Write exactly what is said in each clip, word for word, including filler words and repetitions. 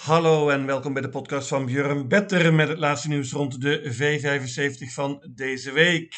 Hallo en welkom bij de podcast van Björn Better met het laatste nieuws rond de V vijfenzeventig van deze week.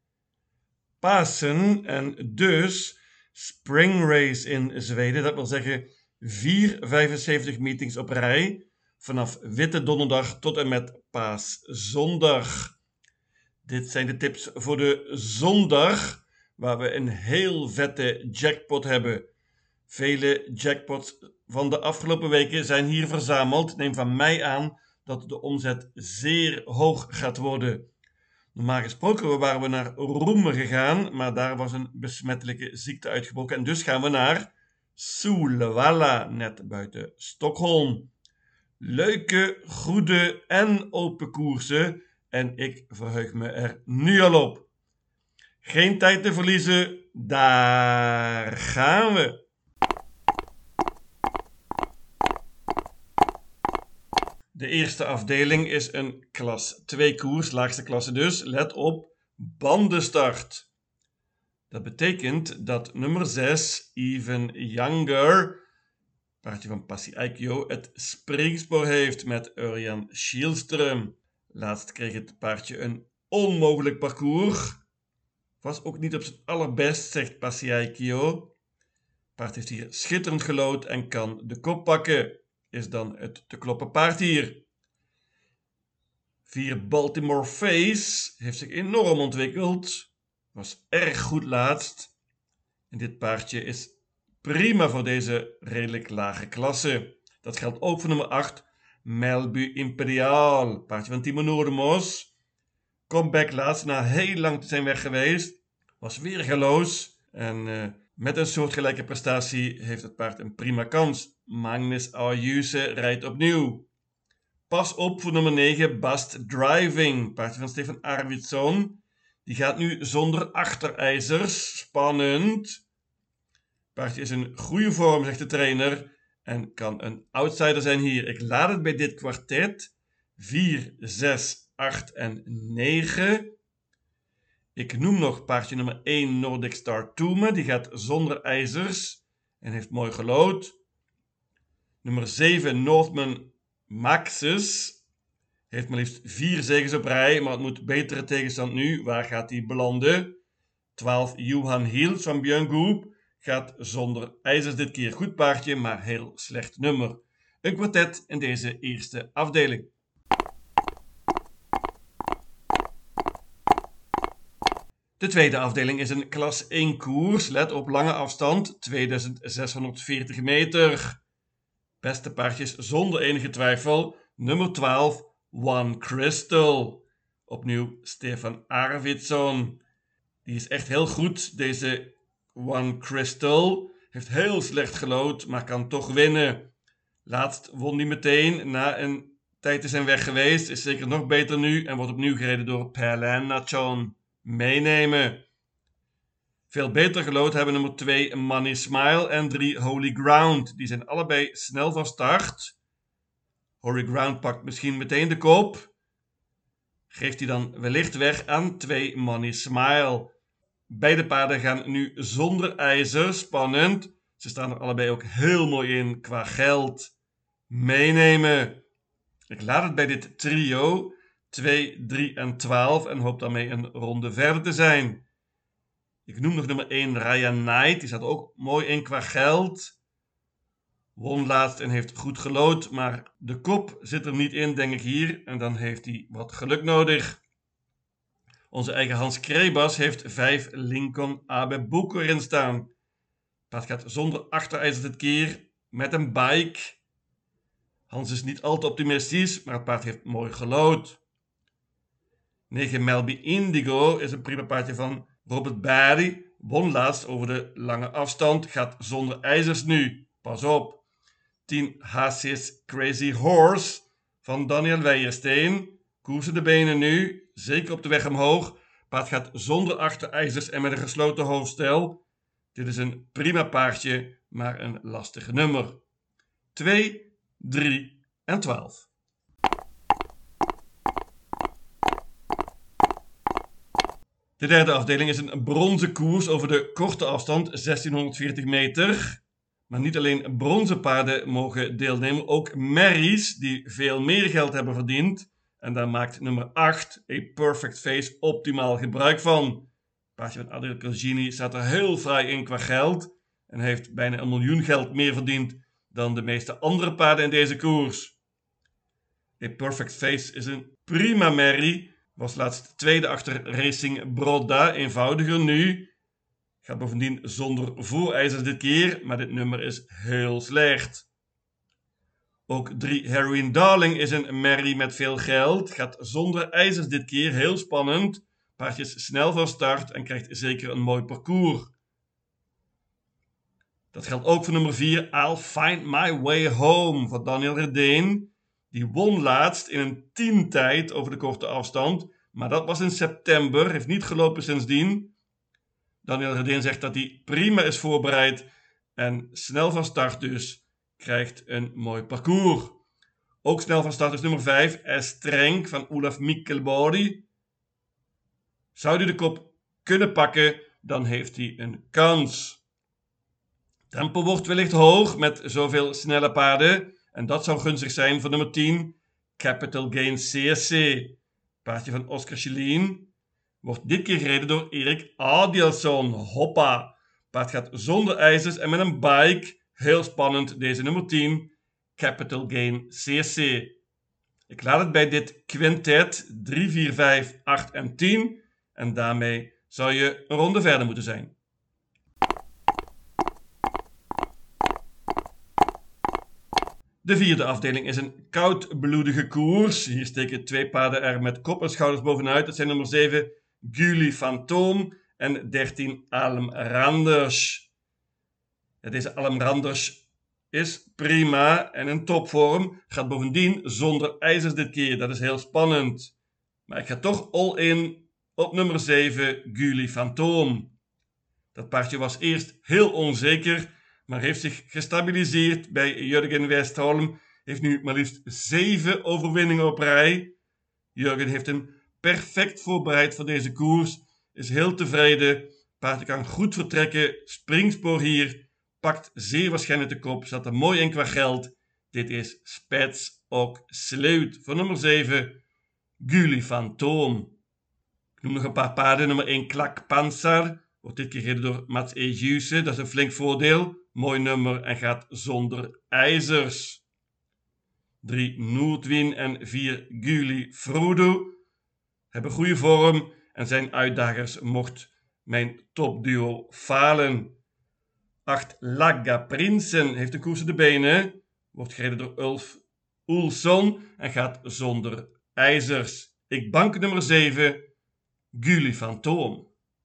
Pasen en dus Spring Race in Zweden, dat wil zeggen vier vijfenzeventig meetings op rij vanaf Witte Donderdag tot en met Paaszondag. Dit zijn de tips voor de zondag, waar we een heel vette jackpot hebben. Vele jackpots van de afgelopen weken zijn hier verzameld. Neem van mij aan dat de omzet zeer hoog gaat worden. Normaal gesproken waren we naar Roemen gegaan, maar daar was een besmettelijke ziekte uitgebroken. En dus gaan we naar Solvalla, net buiten Stockholm. Leuke, goede en open koersen. En ik verheug me er nu al op. Geen tijd te verliezen, daar gaan we. De eerste afdeling is een klas twee koers, laagste klasse dus. Let op, bandenstart. Dat betekent dat nummer zes, Even Younger, paardje van Passi Aikio, het springspoor heeft met Örjan Kihlström. Laatst kreeg het paardje een onmogelijk parcours. Was ook niet op zijn allerbest, zegt Passi Aikio. Het paard heeft hier schitterend gelood en kan de kop pakken. Is dan het te kloppen paard hier. vier Baltimore Face heeft zich enorm ontwikkeld. Was erg goed laatst. En dit paardje is prima voor deze redelijk lage klasse. Dat geldt ook voor nummer acht. Melbu Imperial. Paardje van Timo Noordermos. Comeback laatst na heel lang te zijn weg geweest. Was weer galoos. En uh, met een soortgelijke prestatie heeft het paard een prima kans. Magnus Ayuse rijdt opnieuw. Pas op voor nummer negen, Bast Driving. Paardje van Stefan Arvidsson. Die gaat nu zonder achterijzers. Spannend. Paardje is in goede vorm, zegt de trainer. En kan een outsider zijn hier. Ik laat het bij dit kwartet. vier, zes, acht en negen. Ik noem nog paardje nummer één, Nordic Star Toome. Die gaat zonder ijzers. En heeft mooi gelood. Nummer zeven, Northman Maxus. Heeft maar liefst vier zegens op rij, maar het moet betere tegenstand nu. Waar gaat hij belanden? twaalf, Johan Hiels van Björn Goop. Gaat zonder ijzers dit keer. Goed paardje, maar heel slecht nummer. Een kwartet in deze eerste afdeling. De tweede afdeling is een klas één koers. Let op, lange afstand, tweeduizend zeshonderdveertig meter. Beste paardjes zonder enige twijfel. Nummer twaalf, One Crystal. Opnieuw Stefan Arvidsson. Die is echt heel goed, deze One Crystal. Heeft heel slecht gelood, maar kan toch winnen. Laatst won hij meteen na een tijd te zijn weg geweest. Is zeker nog beter nu en wordt opnieuw gereden door Perlen Nachon. Meenemen. Veel beter gelood hebben nummer twee Money Smile en drie Holy Ground. Die zijn allebei snel van start. Holy Ground pakt misschien meteen de kop. Geeft hij dan wellicht weg aan twee Money Smile. Beide paarden gaan nu zonder ijzer. Spannend. Ze staan er allebei ook heel mooi in qua geld. Meenemen. Ik laat het bij dit trio. twee, drie en twaalf en hoop daarmee een ronde verder te zijn. Ik noem nog nummer één Ryan Knight. Die staat ook mooi in qua geld. Won laatst en heeft goed gelood. Maar de kop zit er niet in, denk ik hier. En dan heeft hij wat geluk nodig. Onze eigen Hans Krebas heeft vijf Lincoln Abe Boeker in staan. Het paard gaat zonder achterijzer dit keer. Met een bike. Hans is niet al te optimistisch. Maar het paard heeft mooi gelood. negen Melby Indigo is een prima paardje van Robert Barry. Won laatst over de lange afstand. Gaat zonder ijzers nu. Pas op. tien Hasis Crazy Horse van Daniel Weijersteen. Koersen de benen nu. Zeker op de weg omhoog. Paard gaat zonder achterijzers en met een gesloten hoofdstel. Dit is een prima paardje, maar een lastig nummer. twee, drie en twaalf. De derde afdeling is een bronzen koers over de korte afstand, zestienhonderdveertig meter. Maar niet alleen bronzen paarden mogen deelnemen, ook merries die veel meer geld hebben verdiend. En daar maakt nummer acht, A Perfect Face, optimaal gebruik van. Het paardje van Adrian Colgini staat er heel fraai in qua geld en heeft bijna een miljoen geld meer verdiend dan de meeste andere paarden in deze koers. A Perfect Face is een prima merrie, was laatst tweede achter Racing Broda, eenvoudiger nu. Gaat bovendien zonder voorijzers dit keer, maar dit nummer is heel slecht. Ook drie Heroin Darling is een merrie met veel geld. Gaat zonder ijzers dit keer, heel spannend. Paardje is snel van start en krijgt zeker een mooi parcours. Dat geldt ook voor nummer vier, I'll Find My Way Home van Daniel Redeen. Die won laatst in een tien tijd over de korte afstand, maar dat was in september, heeft niet gelopen sindsdien. Daniel Redeen zegt dat hij prima is voorbereid en snel van start dus krijgt een mooi parcours. Ook snel van start is nummer vijf, Estrenk van Olaf Mikkelbody. Zou hij de kop kunnen pakken, dan heeft hij een kans. Tempo wordt wellicht hoog met zoveel snelle paarden en dat zou gunstig zijn voor nummer tien, Capital Gain C S C. Paardje van Oscar Schelien. Wordt dit keer gereden door Erik Adielson. Hoppa! Paard gaat zonder ijzers en met een bike. Heel spannend, deze nummer tien. Capital Gain C S C. Ik laat het bij dit quintet drie, vier, vijf, acht en tien. En daarmee zou je een ronde verder moeten zijn. De vierde afdeling is een koudbloedige koers. Hier steken twee paarden er met kop en schouders bovenuit. Dat zijn nummer zeven Gulli Fantoom en dertien Alm Randers. Ja, deze Alm Randers is prima en in topvorm. Gaat bovendien zonder ijzers dit keer. Dat is heel spannend. Maar ik ga toch all in op nummer zeven Gulli Fantoom. Dat paardje was eerst heel onzeker, maar heeft zich gestabiliseerd bij Jurgen Westholm. Heeft nu maar liefst zeven overwinningen op rij. Jurgen heeft hem perfect voorbereid voor deze koers. Is heel tevreden. Paardje kan goed vertrekken. Springspoor hier. Pakt zeer waarschijnlijk de kop. Zat er mooi in qua geld. Dit is Spets ook Sleut voor nummer zeven. Gulli Fantoom. Ik noem nog een paar paarden. Nummer één Klak Panzer. Wordt dit keer gereden door Mats E. Jusse. Dat is een flink voordeel. Mooi nummer en gaat zonder ijzers. drie Noordwin en vier Gulli Frodo hebben goede vorm en zijn uitdagers mocht mijn topduo falen. acht Lagga Prinsen heeft een koers in de benen. Wordt gereden door Ulf Oelson en gaat zonder ijzers. Ik bank nummer zeven Gulli Fantoom.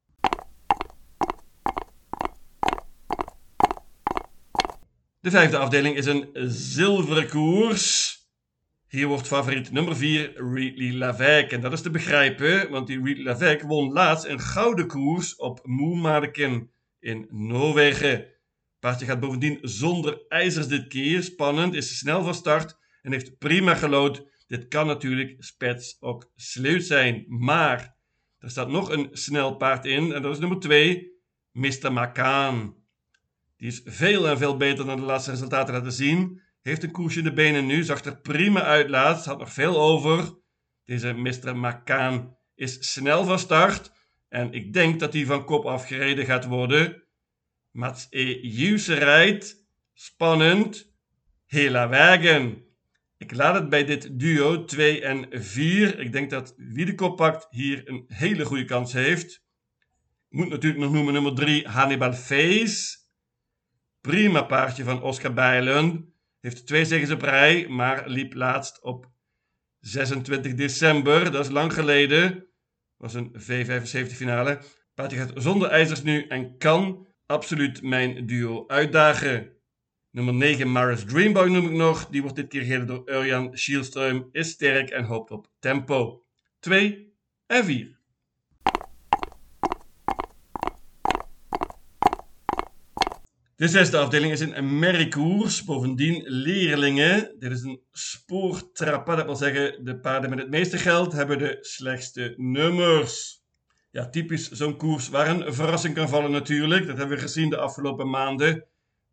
De vijfde afdeling is een zilveren koers. Hier wordt favoriet nummer vier Ridley Lavec. En dat is te begrijpen, want die Ridley Lavec won laatst een gouden koers op Moermarken in Noorwegen. Paardje gaat bovendien zonder ijzers dit keer. Spannend, is snel van start en heeft prima gelood. Dit kan natuurlijk Spets ook Sleut zijn. Maar er staat nog een snel paard in en dat is nummer twee mister Makaan. Die is veel en veel beter dan de laatste resultaten laten zien. Heeft een koersje in de benen nu. Zag er prima uit laatst. Had nog veel over. Deze mister Makaan is snel van start. En ik denk dat hij van kop af gereden gaat worden. Mats E. Jusse rijdt. Spannend. Hela Wagen. Ik laat het bij dit duo twee en vier. Ik denk dat wie de kop pakt hier een hele goede kans heeft. Ik moet natuurlijk nog noemen nummer drie Hannibal Face. Prima paardje van Oscar Bijlen. Heeft twee zegens op rij, maar liep laatst op zesentwintig december. Dat is lang geleden. Was een V vijfenzeventig finale. Paardje gaat zonder ijzers nu en kan absoluut mijn duo uitdagen. Nummer negen Maris Dreamboy noem ik nog. Die wordt dit keer gereden door Örjan Kihlström. Is sterk en hoopt op tempo. twee en vier. De zesde afdeling is een merriekoers, bovendien leerlingen. Dit is een spoortrappa, dat wil zeggen de paarden met het meeste geld hebben de slechtste nummers. Ja, typisch zo'n koers waar een verrassing kan vallen natuurlijk. Dat hebben we gezien de afgelopen maanden.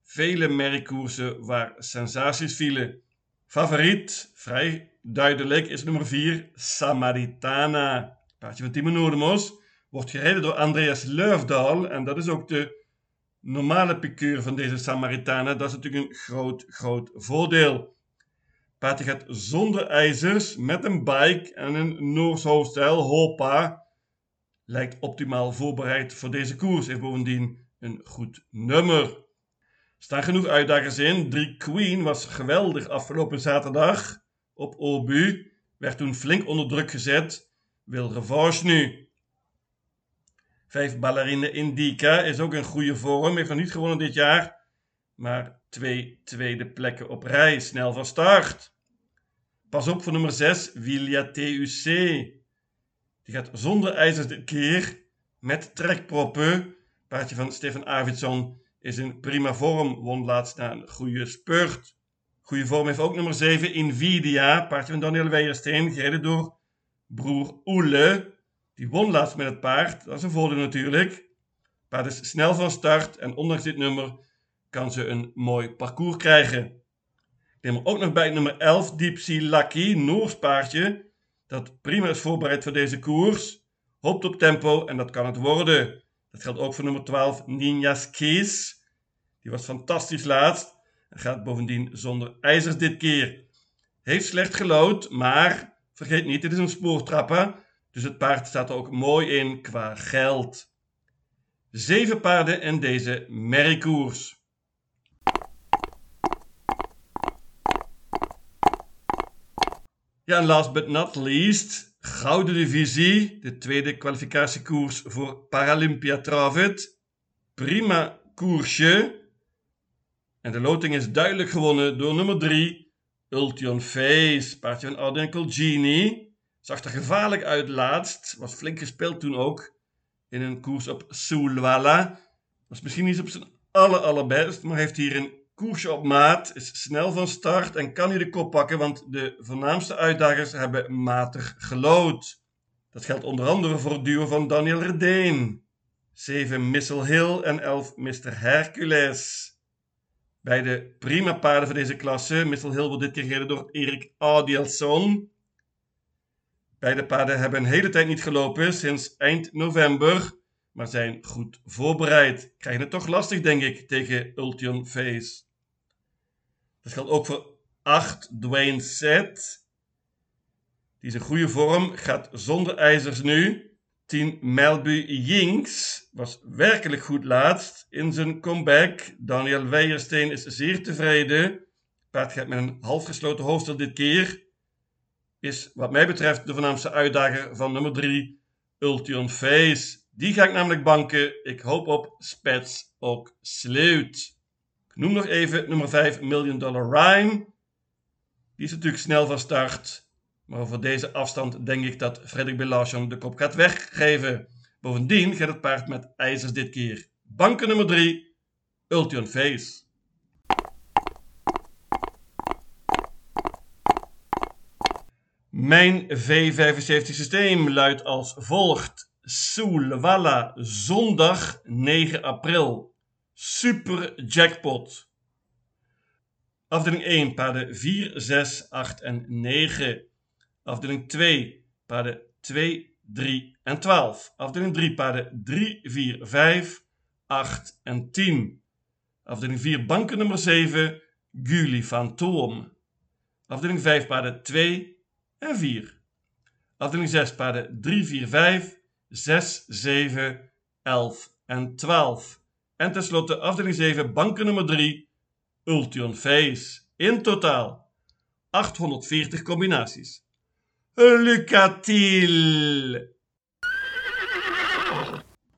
vele merkkoersen waar sensaties vielen. Favoriet, vrij duidelijk, is nummer vier, Samaritana. Paardje van Timo Noordemos wordt gereden door Andreas Löfdahl en dat is ook de normale piqueur van deze Samaritana. Dat is natuurlijk een groot, groot voordeel. Paardje gaat zonder ijzers, met een bike en een Noors hoofdstijl, Hoppa. Lijkt optimaal voorbereid voor deze koers. Heeft bovendien een goed nummer. Er staan genoeg uitdagers in. drie Queen was geweldig afgelopen zaterdag op Obu. Werd toen flink onder druk gezet. Wil revanche nu. vijf Ballerine Indica is ook in goede vorm. Heeft nog niet gewonnen dit jaar. Maar twee tweede plekken op rij. Snel van start. Pas op voor nummer zes, Villa T U C. Die gaat zonder ijzers dit keer. Met trekproppen. Paardje van Stefan Arvidsson is in prima vorm. Won laatst na een goede spurt. Goede vorm heeft ook nummer zeven, Invidia. Paardje van Daniel Weijersteen. Gereden door broer Oele. Die won laatst met het paard. Dat is een voordeel natuurlijk. Paard is snel van start. En ondanks dit nummer kan ze een mooi parcours krijgen. Ik neem er ook nog bij nummer elf, Deep Sea Lucky. Noors paardje. Dat prima is voorbereid voor deze koers. Hoopt op tempo en dat kan het worden. Dat geldt ook voor nummer twaalf, Ninja's Kees. Die was fantastisch laatst. En gaat bovendien zonder ijzers dit keer. Heeft slecht gelood, maar vergeet niet, dit is een spoortrapper. Dus het paard staat er ook mooi in qua geld. Zeven paarden in deze merriekoers. Ja, en last but not least, Gouden Divisie, de tweede kwalificatiekoers voor Paralympia Travit. Prima koersje. En de loting is duidelijk gewonnen door nummer drie, Ultion Face. Paardje van Ardenkel Genie. Zag er gevaarlijk uit laatst. Was flink gespeeld toen ook. In een koers op Sulwala. Was misschien niet op zijn aller allerbest, maar heeft hier een koersje op maat. Is snel van start en kan hier de kop pakken, want de voornaamste uitdagers hebben matig gelood. Dat geldt onder andere voor het duo van Daniel Redeen. zeven Missile Hill en elf mister Hercules. Beide prima paarden voor deze klasse. Missile Hill wordt dit keer gereden door Erik Adielsson. Beide paarden hebben een hele tijd niet gelopen, sinds eind november, maar zijn goed voorbereid. Krijgen het toch lastig, denk ik, tegen Ultion Face. Dat geldt ook voor acht Dwayne Set. Die is in goede vorm, gaat zonder ijzers nu. tien Melby Jinx was werkelijk goed laatst in zijn comeback. Daniel Weijersteen is zeer tevreden. Paard gaat met een halfgesloten hoofdstel dit keer. Is wat mij betreft de voornaamste uitdager van nummer drie, Ultion Face. Die ga ik namelijk banken. Ik hoop op Spets ook Sleut. Ik noem nog even nummer vijf, Million Dollar Rhyme. Die is natuurlijk snel van start. Maar voor deze afstand denk ik dat Fredrik Belasjon de kop gaat weggeven. Bovendien gaat het paard met ijzers dit keer. Banken nummer drie, Ultion Face. Mijn V vijfenzeventig systeem luidt als volgt. Sulwala, zondag negen april. Super jackpot. Afdeling één, paarden vier, zes, acht en negen. Afdeling twee, paarden twee, drie en twaalf. Afdeling drie, paarden drie, vier, vijf, acht en tien. Afdeling vier, banken nummer zeven, Gulli Fantoom. Afdeling vijf, paarden twee en vier. Afdeling zes, paarden drie, vier, vijf, zes, zeven, elf en twaalf. En tenslotte afdeling zeven, banken nummer drie, Ultion Face. In totaal achthonderdveertig combinaties. Lucatil!